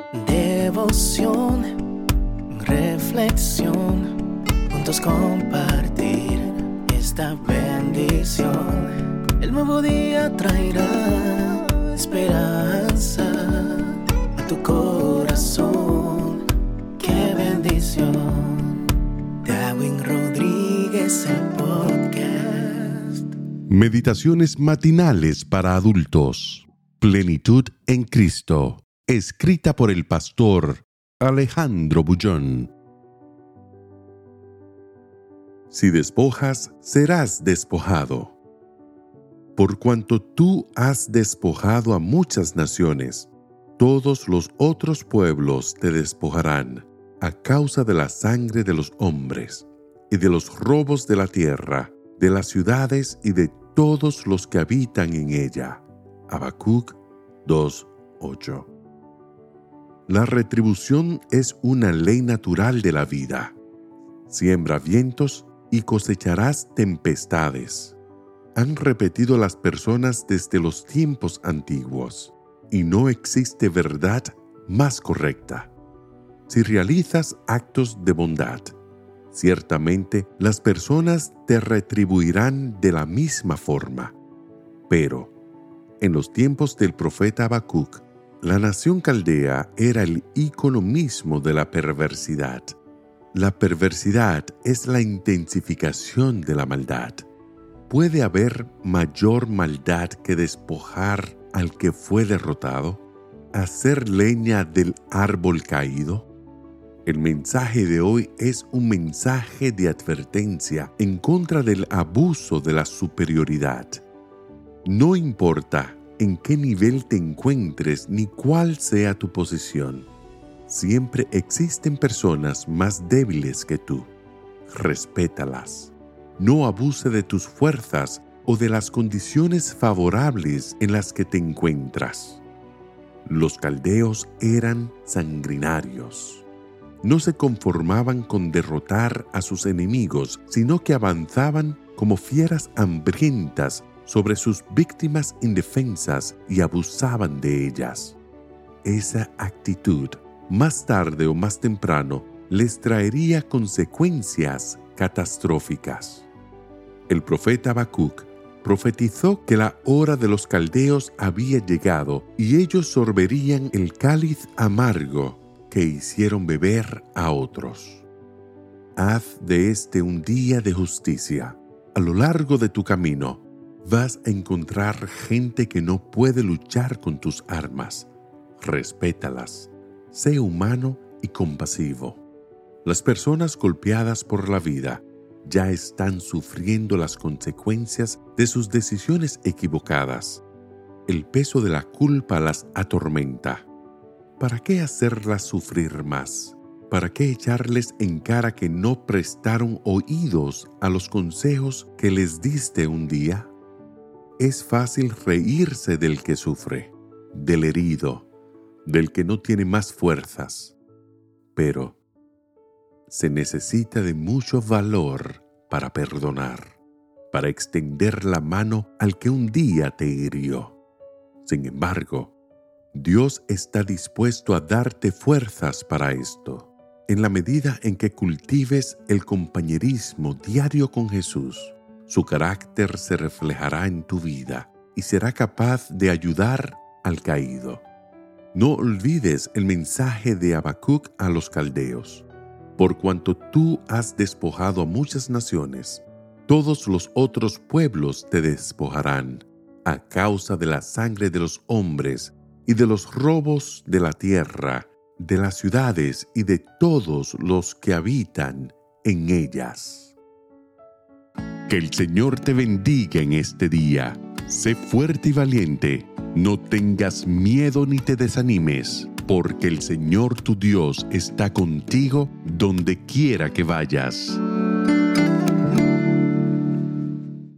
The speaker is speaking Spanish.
Devoción, reflexión, juntos compartir esta bendición. El nuevo día traerá esperanza a tu corazón. ¡Qué bendición! Darwin Rodríguez, el podcast. Meditaciones matinales para adultos. Plenitud en Cristo. Escrita por el pastor Alejandro Bullón. Si despojas, serás despojado. Por cuanto tú has despojado a muchas naciones, todos los otros pueblos te despojarán a causa de la sangre de los hombres y de los robos de la tierra, de las ciudades y de todos los que habitan en ella. Habacuc 2:8. La retribución es una ley natural de la vida. Siembra vientos y cosecharás tempestades. Han repetido las personas desde los tiempos antiguos, y no existe verdad más correcta. Si realizas actos de bondad, ciertamente las personas te retribuirán de la misma forma. Pero, en los tiempos del profeta Habacuc, la nación caldea era el ícono mismo de la perversidad. La perversidad es la intensificación de la maldad. ¿Puede haber mayor maldad que despojar al que fue derrotado? ¿Hacer leña del árbol caído? El mensaje de hoy es un mensaje de advertencia en contra del abuso de la superioridad. No importa en qué nivel te encuentres ni cuál sea tu posición. Siempre existen personas más débiles que tú. Respétalas. No abuse de tus fuerzas o de las condiciones favorables en las que te encuentras. Los caldeos eran sanguinarios. No se conformaban con derrotar a sus enemigos, sino que avanzaban como fieras hambrientas sobre sus víctimas indefensas y abusaban de ellas. Esa actitud, más tarde o más temprano, les traería consecuencias catastróficas. El profeta Habacuc profetizó que la hora de los caldeos había llegado y ellos sorberían el cáliz amargo que hicieron beber a otros. Haz de este un día de justicia. A lo largo de tu camino, vas a encontrar gente que no puede luchar con tus armas. Respétalas. Sé humano y compasivo. Las personas golpeadas por la vida ya están sufriendo las consecuencias de sus decisiones equivocadas. El peso de la culpa las atormenta. ¿Para qué hacerlas sufrir más? ¿Para qué echarles en cara que no prestaron oídos a los consejos que les diste un día? Es fácil reírse del que sufre, del herido, del que no tiene más fuerzas. Pero se necesita de mucho valor para perdonar, para extender la mano al que un día te hirió. Sin embargo, Dios está dispuesto a darte fuerzas para esto, en la medida en que cultives el compañerismo diario con Jesús. Su carácter se reflejará en tu vida y será capaz de ayudar al caído. No olvides el mensaje de Habacuc a los caldeos. Por cuanto tú has despojado a muchas naciones, todos los otros pueblos te despojarán a causa de la sangre de los hombres y de los robos de la tierra, de las ciudades y de todos los que habitan en ellas. Que el Señor te bendiga en este día. Sé fuerte y valiente. No tengas miedo ni te desanimes, porque el Señor tu Dios está contigo donde quiera que vayas.